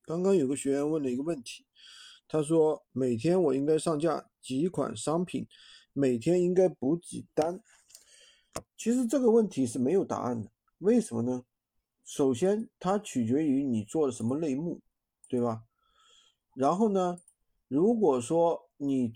刚刚有个学员问了一个问题，他说每天我应该上架几款商品，每天应该补几单。其实这个问题是没有答案的，为什么呢？首先它取决于你做的什么类目，对吧？然后呢，如果说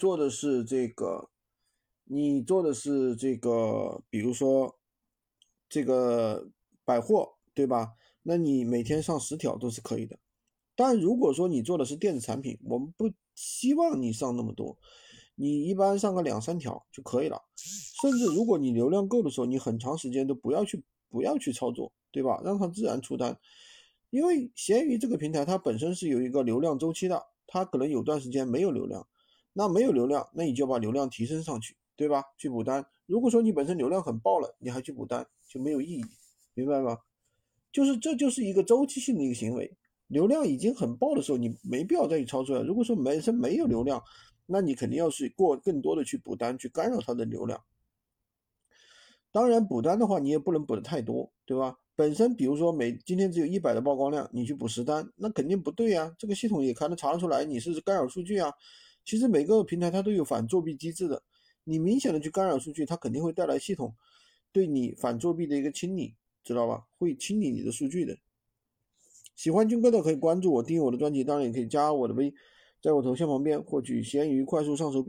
你做的是比如说这个百货，对吧？那你每天上10条都是可以的。但如果说你做的是电子产品，我们不希望你上那么多，你一般上个2、3条就可以了。甚至如果你流量够的时候，你很长时间都不要去操作，对吧？让它自然出单。因为闲鱼这个平台它本身是有一个流量周期的，它可能有段时间没有流量，那没有流量，那你就把流量提升上去，对吧？去补单。如果说你本身流量很爆了，你还去补单就没有意义，明白吗？这就是一个周期性的一个行为。流量已经很爆的时候，你没必要再去操作了。如果说本身没有流量，那你肯定要去更多的去补单，去干扰它的流量。当然，补单的话，你也不能补的太多，对吧？本身比如说今天只有100的曝光量，你去补10单，那肯定不对啊。这个系统也查得出来你是干扰数据啊。其实每个平台它都有反作弊机制的，你明显的去干扰数据，它肯定会带来系统对你反作弊的一个清理，知道吧？会清理你的数据的。喜欢军哥的可以关注我，订阅我的专辑，当然也可以加我的微，在我头像旁边获取闲鱼快速上手笔。